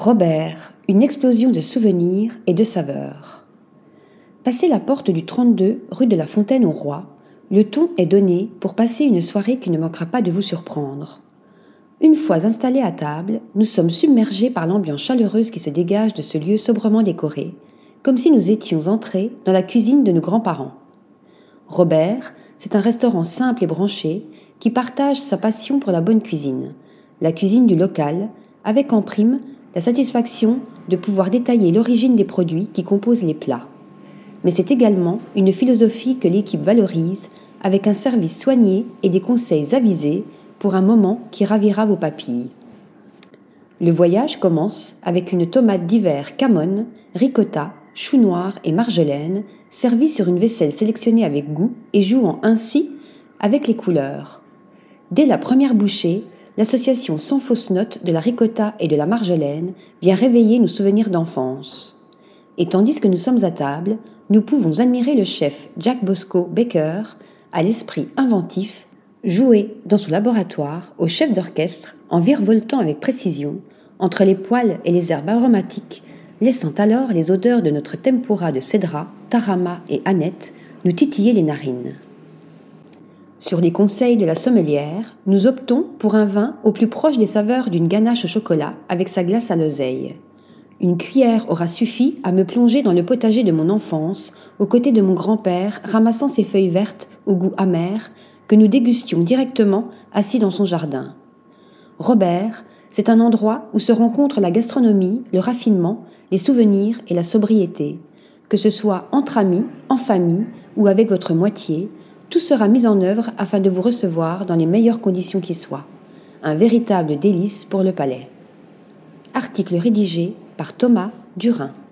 Robert, une explosion de souvenirs et de saveurs. Passé la porte du 32 rue de la Fontaine-au-Roi, le ton est donné pour passer une soirée qui ne manquera pas de vous surprendre. Une fois installés à table, nous sommes submergés par l'ambiance chaleureuse qui se dégage de ce lieu sobrement décoré, comme si nous étions entrés dans la cuisine de nos grands-parents. Robert, c'est un restaurant simple et branché qui partage sa passion pour la bonne cuisine, la cuisine du local, avec en prime la satisfaction de pouvoir détailler l'origine des produits qui composent les plats. Mais c'est également une philosophie que l'équipe valorise avec un service soigné et des conseils avisés pour un moment qui ravira vos papilles. Le voyage commence avec une tomate d'hiver camone, ricotta, chou noir et marjolaine servie sur une vaisselle sélectionnée avec goût et jouant ainsi avec les couleurs. Dès la première bouchée, l'association sans fausse note de la ricotta et de la marjolaine vient réveiller nos souvenirs d'enfance. Et tandis que nous sommes à table, nous pouvons admirer le chef Jack Bosco Baker, à l'esprit inventif, jouer dans son laboratoire au chef d'orchestre en virevoltant avec précision entre les poils et les herbes aromatiques, laissant alors les odeurs de notre tempura de cédra, tarama et aneth nous titiller les narines. Sur les conseils de la sommelière, nous optons pour un vin au plus proche des saveurs d'une ganache au chocolat avec sa glace à l'oseille. Une cuillère aura suffi à me plonger dans le potager de mon enfance, aux côtés de mon grand-père, ramassant ses feuilles vertes au goût amer, que nous dégustions directement assis dans son jardin. Robert, c'est un endroit où se rencontrent la gastronomie, le raffinement, les souvenirs et la sobriété. Que ce soit entre amis, en famille ou avec votre moitié, tout sera mis en œuvre afin de vous recevoir dans les meilleures conditions qui soient. Un véritable délice pour le palais. Article rédigé par Thomas Durin.